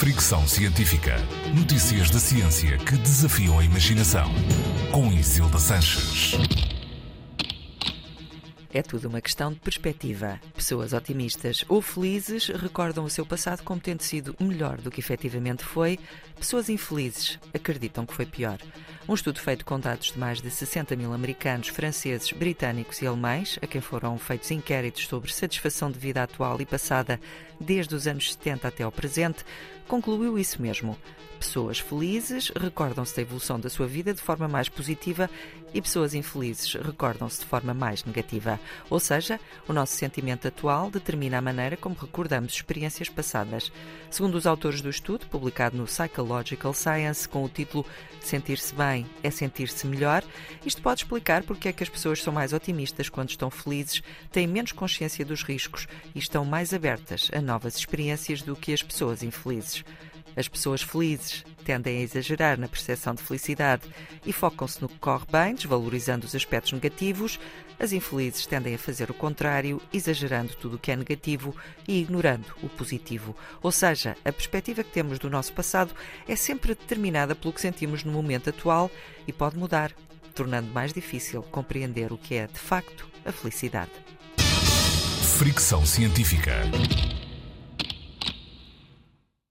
Fricção Científica. Notícias da ciência que desafiam a imaginação. Com Isilda Sanches. É tudo uma questão de perspectiva. Pessoas otimistas ou felizes recordam o seu passado como tendo sido melhor do que efetivamente foi. Pessoas infelizes acreditam que foi pior. Um estudo feito com dados de mais de 60 mil americanos, franceses, britânicos e alemães, a quem foram feitos inquéritos sobre satisfação de vida atual e passada desde os anos 70 até ao presente, concluiu isso mesmo. Pessoas felizes recordam-se da evolução da sua vida de forma mais positiva e pessoas infelizes recordam-se de forma mais negativa. Ou seja, o nosso sentimento atual determina a maneira como recordamos experiências passadas. Segundo os autores do estudo, publicado no Psychological Science com o título Sentir-se bem é sentir-se melhor, isto pode explicar porque é que as pessoas são mais otimistas quando estão felizes, têm menos consciência dos riscos e estão mais abertas a novas experiências do que as pessoas infelizes. As pessoas felizes tendem a exagerar na percepção de felicidade e focam-se no que corre bem, desvalorizando os aspectos negativos. As infelizes tendem a fazer o contrário, exagerando tudo o que é negativo e ignorando o positivo. Ou seja, a perspectiva que temos do nosso passado é sempre determinada pelo que sentimos no momento atual e pode mudar, tornando mais difícil compreender o que é, de facto, a felicidade. Fricção Científica.